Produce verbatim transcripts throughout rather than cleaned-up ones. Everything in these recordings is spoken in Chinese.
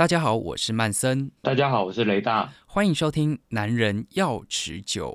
大家好，我是曼森。 大家好，我是雷大。 欢迎收听《男人要持久》。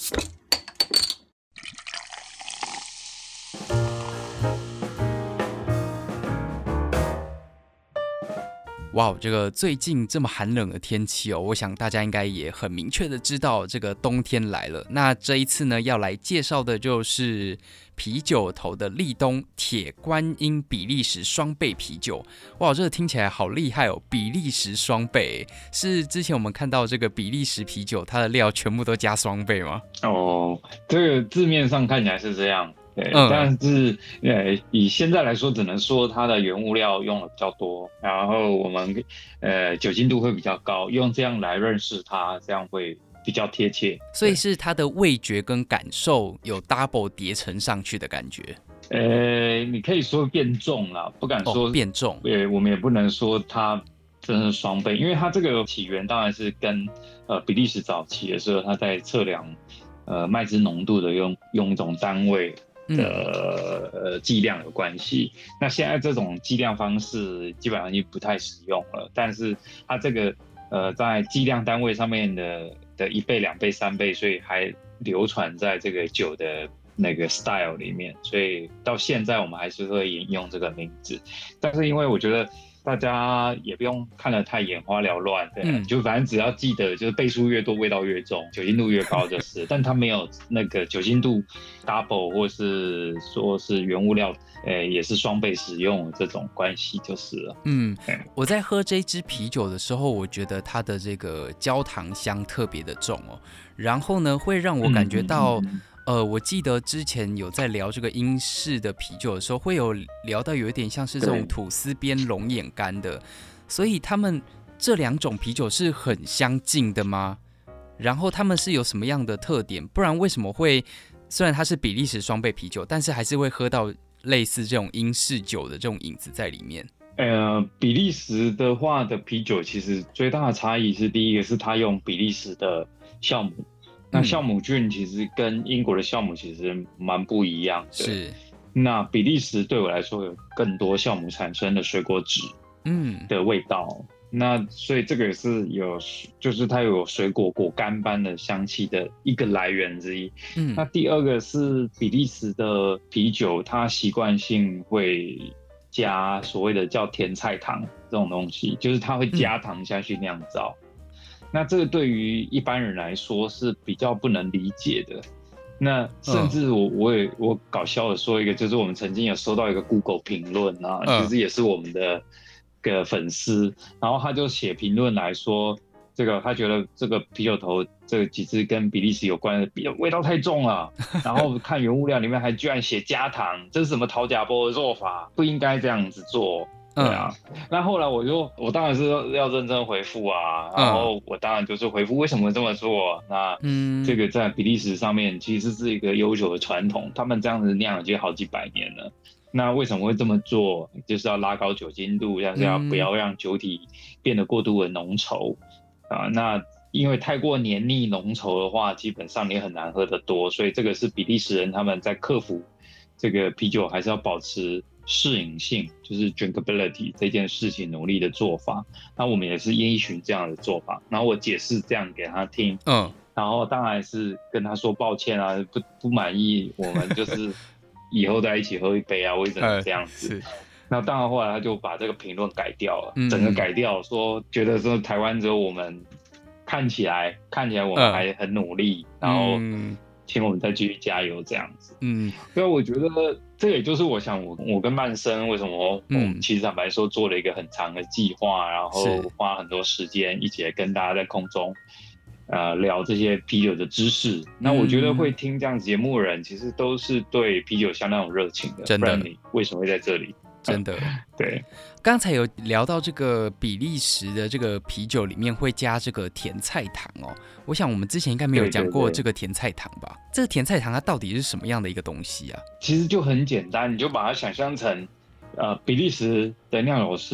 哇，这个最近这么寒冷的天气哦，我想大家应该也很明确的知道这个冬天来了。那这一次呢，要来介绍的就是啤酒头的立冬铁观音比利时双倍啤酒。哇，这个听起来好厉害哦！比利时双倍是之前我们看到这个比利时啤酒，它的料全部都加双倍吗？ 哦，这个字面上看起来是这样。对， 嗯、 但是呃，以现在来说，只能说它的原物料用的比较多，然后我们呃酒精度会比较高，用这样来认识它，这样会比较贴切。 所以是它的味觉跟感受有 double 叠乘上去的感觉。 呃，你可以说变重啦，不敢说、 哦、变重。 呃，我们也不能说它真的是双倍，因为它这个起源当然是跟呃比利时早期的时候，它在测量呃麦汁浓度的用用一种单位的、嗯、呃计量有关系。那现在这种计量方式基本上已经不太使用了，但是它这个呃在计量单位上面的的一倍、两倍、三倍，所以还流传在这个酒的那个 style 里面，所以到现在我们还是会沿用这个名字。但是因为我觉得大家也不用看得太眼花缭乱，对、嗯，就反正只要记得就是倍数越多味道越重，酒精度越高就是。但它没有那个酒精度 double 或是说是原物料呃也是双倍使用的这种关系就是了。 嗯，我在喝这支啤酒的时候，我觉得它的这个焦糖香特别的重哦，然后呢会让我感觉到。嗯嗯嗯呃，我记得之前有在聊这个英式的啤酒的时候，会有聊到有一点像是这种吐司边龙眼干的，所以他们这两种啤酒是很相近的吗？然后他们是有什么样的特点？不然为什么会虽然它是比利时双倍啤酒，但是还是会喝到类似这种英式酒的这种影子在里面？ 呃，比利时的话的啤酒其实最大的差异是，第一个是它用比利时的酵母。那酵母菌其实跟英国的酵母其实蛮不一样的。 是。 那比利时对我来说有更多酵母产生的水果籽的味道。嗯、那所以这个也是有，就是它有水果果干般的香气的一个来源之一。嗯。那第二个是比利时的啤酒，它习惯性会加所谓的叫甜菜糖这种东西，就是它会加糖下去酿造。嗯，那这个对于一般人来说是比较不能理解的。那甚至我我也我搞笑的说一个，就是我们曾经有收到一个 Google 评论啊，其实也是我们的个粉丝，然后他就写评论来说，这个他觉得这个啤酒头这几支跟比利时有关的味道太重了，然后看原物料里面还居然写加糖，这是什么讨假包的做法，不应该这样子做。对啊，嗯、那后来我就我当然是要认真回复啊，然后我当然就是回复为什么会这么做。那这个在比利时上面其实是一个悠久的传统，他们这样子酿已经好几百年了。那为什么会这么做？就是要拉高酒精度，但是要不要让酒体变得过度的浓稠啊？那因为太过黏腻浓稠的话，基本上你很难喝得多，所以这个是比利时人他们在克服这个啤酒还是要保持适饮性，就是 drinkability 这件事情努力的做法。那我们也是依循这样的做法，然后我解释这样给他听，嗯，然后当然是跟他说抱歉啊，不不满意，我们就是以后再一起喝一杯啊，为什么这样子？呃、那当然后来他就把这个评论改掉了，嗯、整个改掉，说觉得说台湾只有我们看起来看起来我们还很努力，呃、然后。嗯请我们再继续加油这样子。嗯，所以我觉得这也就是我想我我跟曼生为什么我们其实坦白说做了一个很长的计划，然后花很多时间一起来跟大家在空中呃聊这些啤酒的知识。嗯、那我觉得会听这样节目的人其实都是对啤酒相当有热情的， 真的。 不然你为什么会在这里？ 真的， 对， 刚才有聊到这个比利时的这个啤酒里面会加这个甜菜糖哦，我想我们之前应该没有讲过这个甜菜糖吧？对对对，这个甜菜糖它到底是什么样的一个东西啊？ 其实就很简单，你就把它想象成，呃，比利时的酿酒师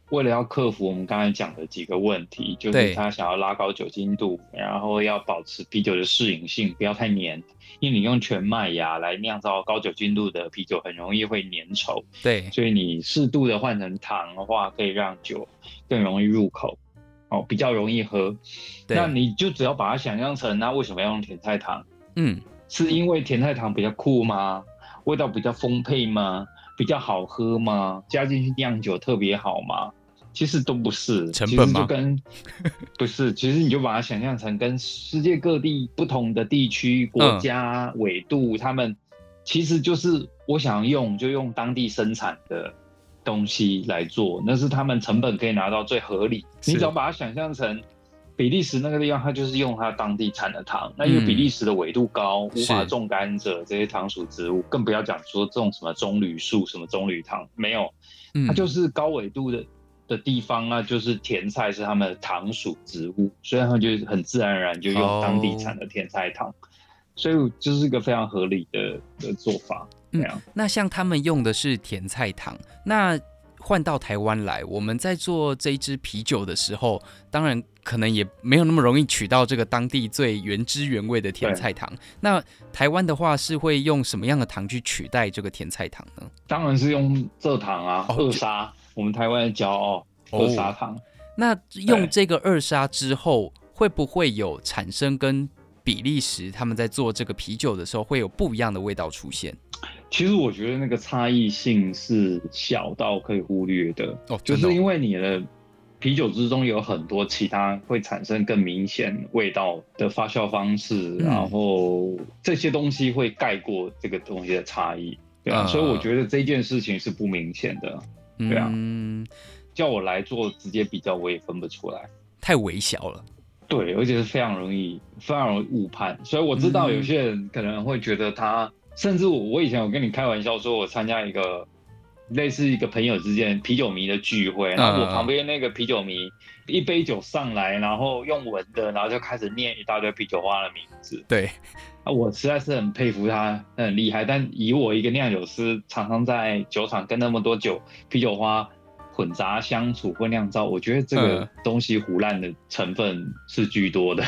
为了要克服我们刚才讲的几个问题，就是他想要拉高酒精度，然后要保持啤酒的适饮性，不要太黏，因为你用全麦芽来酿造高酒精度的啤酒，很容易会粘稠。 对， 所以你适度的换成糖的话，可以让酒更容易入口，哦，比较容易喝。那你就只要把它想象成，那为什么要用甜菜糖？嗯，是因为甜菜糖比较酷吗？味道比较丰沛吗？比较好喝吗？加进去酿酒特别好吗？其实都不是， 成本吗？ 其实就跟不是，其实你就把它想象成跟世界各地不同的地区、国家、嗯、纬度，他们其实就是我想用就用当地生产的东西来做，那是他们成本可以拿到最合理。你只要把它想象成比利时那个地方，它就是用它当地产的糖，那因为比利时的纬度高，嗯、无法种甘蔗这些糖属植物，更不要讲说种什么棕榈树、什么棕榈糖，没有，它就是高纬度的的地方啊，就是甜菜是他们的糖属植物，所以他们就很自然而然就用当地产的甜菜糖， oh. 所以就是一个非常合理 的, 的做法。嗯， 那像他们用的是甜菜糖，那换到台湾来，我们在做这一支啤酒的时候，当然可能也没有那么容易取到这个当地最原汁原味的甜菜糖。那台湾的话是会用什么样的糖去取代这个甜菜糖呢？ 当然是用蔗糖啊，哦、二砂，我们台湾的骄傲，二砂糖。 哦、那用这个二砂之后，会不会有产生跟比利时他们在做这个啤酒的时候会有不一样的味道出现？ 其实我觉得那个差异性是小到可以忽略的，哦，就是因为你的啤酒之中有很多其他会产生更明显味道的发酵方式，嗯、然后这些东西会盖过这个东西的差异，对啊，嗯、所以我觉得这件事情是不明显的，对啊，嗯、叫我来做直接比较，我也分不出来， 太微小了。 对，而且是非常容易，非常容易误判，所以我知道有些人可能会觉得他。甚至我我以前有跟你开玩笑说，我参加一个类似一个朋友之间啤酒迷的聚会，然后我旁边那个啤酒迷一杯酒上来，然后用闻的，然后就开始念一大堆啤酒花的名字。 对， 啊，我实在是很佩服他，很厉害。但以我一个酿酒师，常常在酒厂跟那么多酒啤酒花混杂相处或酿造，我觉得这个东西胡乱的成分是居多的。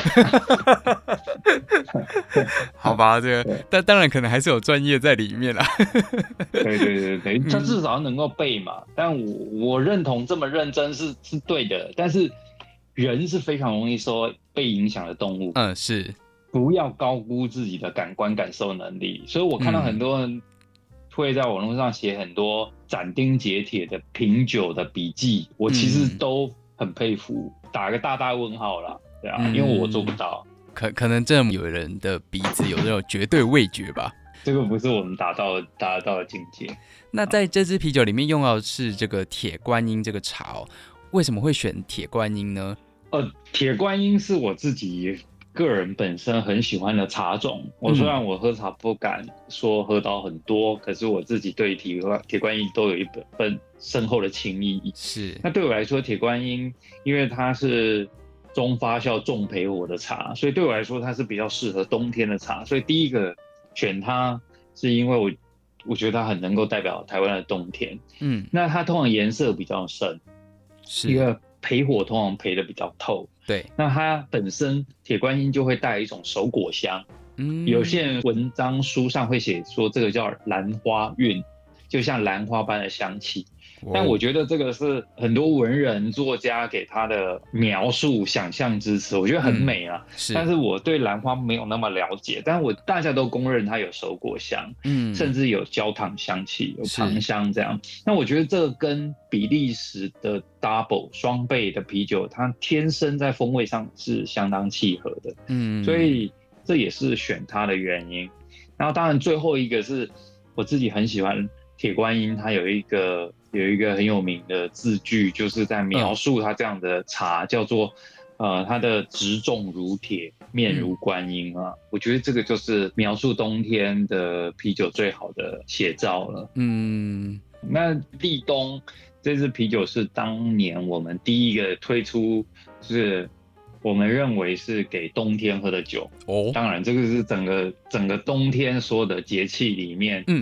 好吧，这个但当然可能还是有专业在里面啦。 对对对对，他至少能够背嘛。嗯、但我我认同这么认真是是对的，但是人是非常容易受被影响的动物。 嗯，是。 不要高估自己的感官感受能力。所以我看到很多人会在网络上写很多斩钉截铁的品酒的笔记，我其实都很佩服，打个大大问号啦，对啊，嗯、因为我做不到。 可可能真的有人的鼻子有这种绝对味觉吧， 这个不是我们达到达得到的境界。 那在这支啤酒里面用到的是这个铁观音这个茶哦，为什么会选铁观音呢？ 呃，铁观音是我自己个人本身很喜欢的茶种。我虽然我喝茶不敢说喝到很多，嗯、可是我自己对铁铁观音都有一份深厚的情谊。 是， 那对我来说，铁观音因为它是中发酵重焙火的茶，所以对我来说它是比较适合冬天的茶。所以第一个选它是因为我我觉得它很能够代表台湾的冬天。嗯，那它通常颜色比较深，是因为焙火通常焙的比较透。 对， 那它本身铁观音就会带一种熟果香。嗯，有些人文章书上会写说这个叫兰花韵，就像兰花般的香气。但我觉得这个是很多文人作家给他的描述想象之词，我觉得很美啊、嗯、是，但是我对兰花没有那么了解，但我大家都公认它有熟果香，嗯，甚至有焦糖香气，有糖香这样。那我觉得这个跟比利时的 double 双倍的啤酒它天生在风味上是相当契合的，嗯，所以这也是选它的原因。然后当然最后一个是我自己很喜欢铁观音，它有一个有一个很有名的字句，就是在描述它这样的茶，嗯、叫做呃它的质重如铁，面如观音啊。嗯、我觉得这个就是描述冬天的啤酒最好的写照了。嗯，那立冬这支啤酒是当年我们第一个推出，就是我们认为是给冬天喝的酒。哦，当然这个是整个整个冬天所有的节气里面，嗯。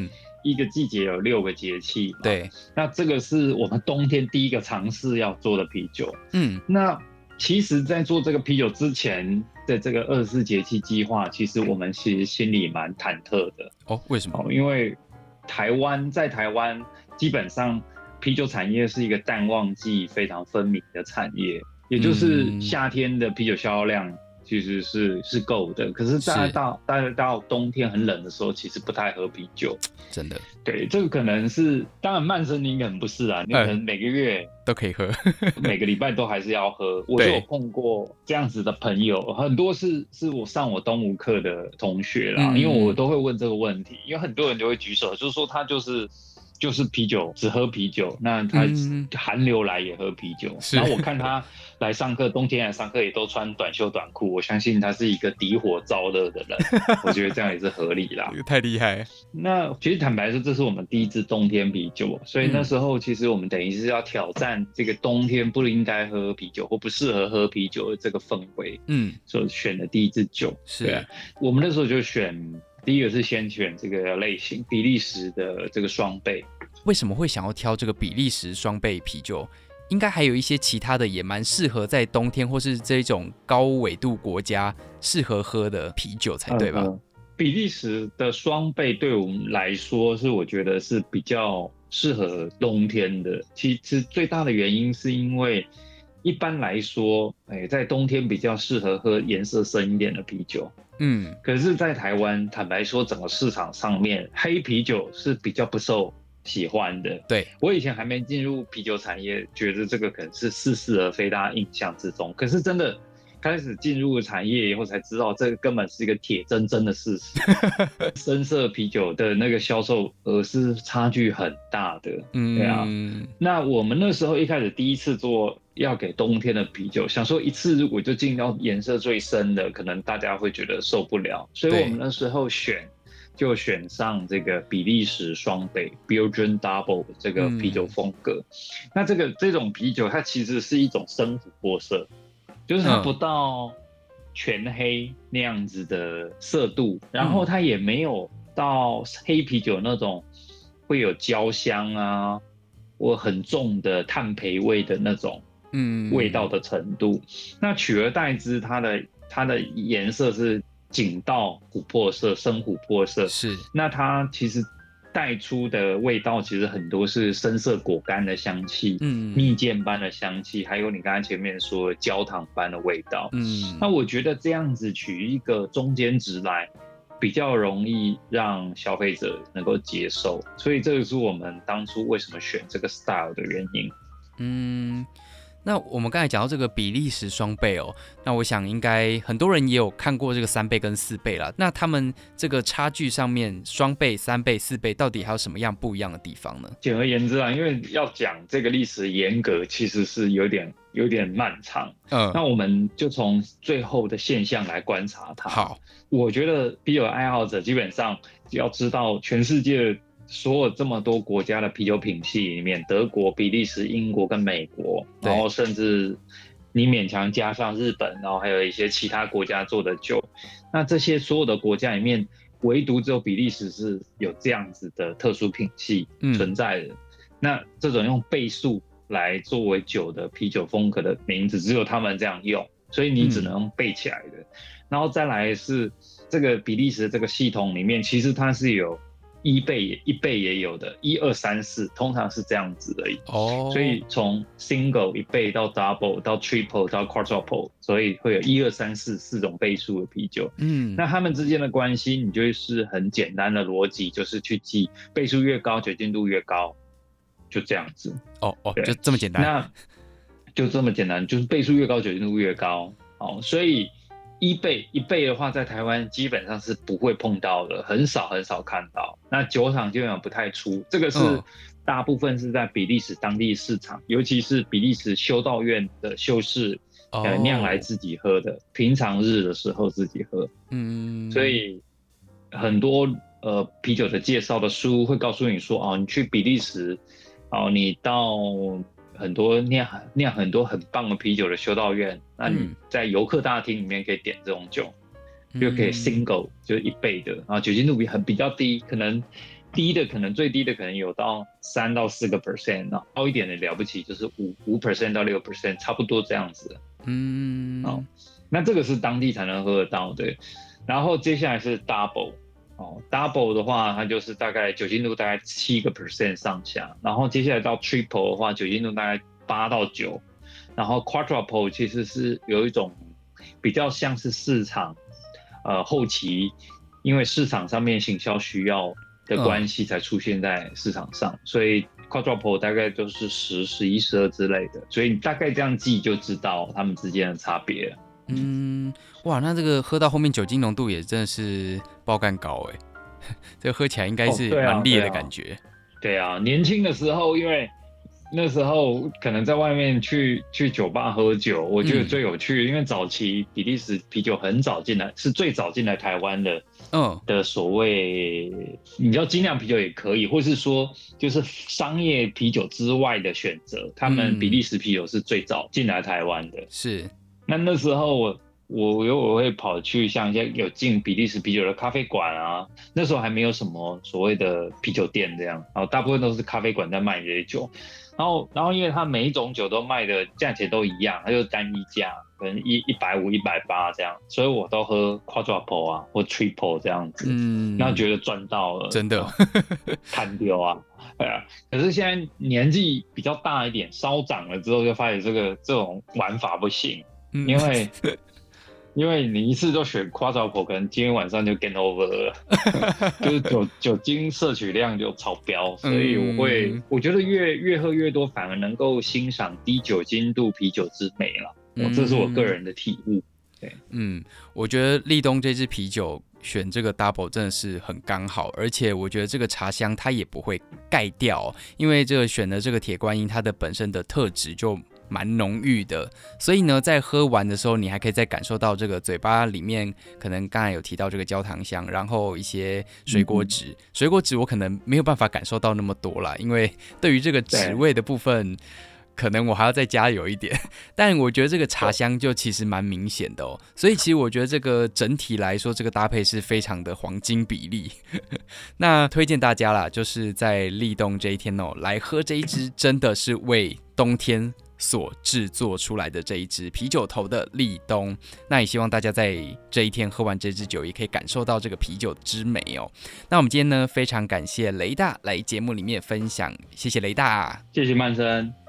一个季节有六个节气嘛， 对， 那这个是我们冬天第一个尝试要做的啤酒。 嗯， 那其实在做这个啤酒之前的这个二十四节气计划，其实我们其实心里蛮忐忑的。 哦，为什么？ 哦，因为台湾在台湾基本上啤酒产业是一个淡旺季非常分明的产业，也就是夏天的啤酒销量其实是是够的，可是大概到大概到冬天很冷的时候，其实不太喝啤酒， 真的。 对，这个可能是当然曼生你可能不是啊，你可能每个月、嗯、 都可以喝， 每个礼拜都还是要喝。我就有碰过这样子的朋友，很多是是我上我东吴课的同学啦、嗯，因为我都会问这个问题，因为很多人就会举手，就是说他就是。就是啤酒，只喝啤酒。那他寒流来也喝啤酒。嗯、然后我看他来上课，冬天来上课也都穿短袖短裤。我相信他是一个敌火燥热的人，我觉得这样也是合理啦。 太厉害。 那其实坦白说，这是我们第一支冬天啤酒，所以那时候其实我们等于是要挑战这个冬天不应该喝啤酒或不适合喝啤酒的这个氛围。嗯，所以选的第一支酒。 是、 啊，我们那时候就选。第一个是先选这个类型，比利时的这个双倍。 为什么会想要挑这个比利时双倍啤酒？应该还有一些其他的也蛮适合在冬天或是这种高纬度国家适合喝的啤酒才对吧？ 呃、比利时的双倍对我们来说是我觉得是比较适合冬天的。其实最大的原因是因为一般来说，哎，在冬天比较适合喝颜色深一点的啤酒。嗯，可是，在台湾，坦白说，整个市场上面，黑啤酒是比较不受喜欢的。 对， 我以前还没进入啤酒产业，觉得这个可能是似是而非，大家印象之中。可是真的开始进入产业以后，才知道这个根本是一个铁铮铮的事实。深色啤酒的那个销售额是差距很大的。嗯，对啊。那我们那时候一开始第一次做。要给冬天的啤酒，想说一次如果就进到颜色最深的，可能大家会觉得受不了，所以我们那时候选就选上这个比利时双倍 Belgian Double 这个啤酒风格。嗯、那这个这种啤酒它其实是一种深琥珀色，就是它不到全黑那样子的色度，嗯、然后它也没有到黑啤酒那种会有焦香啊或很重的炭焙味的那种。嗯，味道的程度，那取而代之，它的它的颜色是紧到琥珀色、深琥珀色， 是。 那它其实带出的味道，其实很多是深色果干的香气，嗯，蜜饯般的香气，还有你刚才前面说的焦糖般的味道，嗯。那我觉得这样子取一个中间值来，比较容易让消费者能够接受，所以这个是我们当初为什么选这个 style 的原因， 嗯。那我们刚才讲到这个比利时双倍哦，那我想应该很多人也有看过这个三倍跟四倍啦。那他们这个差距上面，双倍、三倍、四倍到底还有什么样不一样的地方呢？ 简而言之啊，因为要讲这个历史严格，其实是有点有点漫长。嗯，那我们就从最后的现象来观察它。 好， 我觉得啤酒爱好者基本上要知道全世界。所有这么多国家的啤酒品系里面，德国、比利时、英国跟美国，然后甚至你勉强加上日本，然后还有一些其他国家做的酒，那这些所有的国家里面，唯独只有比利时是有这样子的特殊品系存在的。嗯、那这种用倍数来作为酒的啤酒风格的名字，只有他们这样用，所以你只能背起来的。嗯、然后再来是这个比利时这个系统里面，其实它是有。一倍一倍也有的，一二三四通常是这样子而已。哦，所以从 single 一倍到 double 到 triple 到 quadruple， 所以会有一二三四四种倍数的啤酒。嗯，那他们之间的关系，你就是很简单的逻辑，就是去记倍数越高，酒精度越高，就这样子。 哦哦，就这么简单。 那就这么简单，就是倍数越高，酒精度越高。哦，所以。一倍一倍的话，在台湾基本上是不会碰到的，很少很少看到。那酒厂基本上不太出，这个是大部分是在比利时当地市场，尤其是比利时修道院的修士呃酿来自己喝的，平常日的时候自己喝。嗯，所以很多呃啤酒的介绍的书会告诉你说，哦，你去比利时，哦，你到。很多酿酿很多很棒的啤酒的修道院，那你在游客大厅里面可以点这种酒，嗯、就可以 single 就是一倍的，然后酒精度比很比较低，可能低的可能最低的可能有到三到四个 percent， 高一点的了不起就是五五 percent 到六 percent， 差不多这样子。嗯，哦，那这个是当地才能喝得到的。然后接下来是 double， 哦 ，double 的话，它就是大概酒精度大概七个 percent 上下。然后接下来到 triple 的话，酒精度大概八到九。然后 quadruple 其实是有一种比较像是市场，呃，后期因为市场上面行销需要的关系才出现在市场上，嗯、所以 quadruple 大概都是十、十一、十二之类的，所以你大概这样记就知道它们之间的差别了。 嗯，哇，那这个喝到后面酒精浓度也真的是爆干高哎，这个喝起来应该是蛮烈的感觉。 哦对啊，对啊，年轻的时候因为。那时候可能在外面去去酒吧喝酒，我觉得最有趣的，嗯、因为早期比利时啤酒很早进来，是最早进来台湾的，嗯，的所谓你知道精酿啤酒也可以，或是说就是商业啤酒之外的选择，他们比利时啤酒是最早进来台湾的。 是， 那那时候我我有我会跑去像一些有进比利时啤酒的咖啡馆啊，那时候还没有什么所谓的啤酒店这样，然后大部分都是咖啡馆在卖这些酒。然后，然后因为它每一种酒都卖的价钱都一样，它就单一价，可能一一百五、一百八这样，所以我都喝 quadruple 啊或 triple 这样子，嗯，然后觉得赚到了， 真的， 看丢啊，对啊。可是现在年纪比较大一点，稍长了之后，就发现这个这种玩法不行，嗯、因为。因为你一次就选 quadruple， 可能今天晚上就 game over 了，就是酒酒精摄取量就超标，所以我会、嗯、我觉得越越喝越多，反而能够欣赏低酒精度啤酒之美了。嗯、这是我个人的体悟。对， 嗯，我觉得立冬这支啤酒选这个 double 真的是很刚好，而且我觉得这个茶香它也不会盖掉，因为这个选的这个铁观音它的本身的特质就。蛮浓郁的，所以呢，在喝完的时候，你还可以再感受到这个嘴巴里面，可能刚才有提到这个焦糖香，然后一些水果籽，嗯、水果籽我可能没有办法感受到那么多啦，因为对于这个籽味的部分，可能我还要再加油一点。但我觉得这个茶香就其实蛮明显的哦，所以其实我觉得这个整体来说，这个搭配是非常的黄金比例。那推荐大家啦，就是在立冬这一天哦，来喝这一支真的是为冬天。所制作出来的这一支啤酒头的立冬，那也希望大家在这一天喝完这支酒，也可以感受到这个啤酒之美哦。那我们今天呢，非常感谢雷大来节目里面分享，谢谢雷大， 谢谢曼生。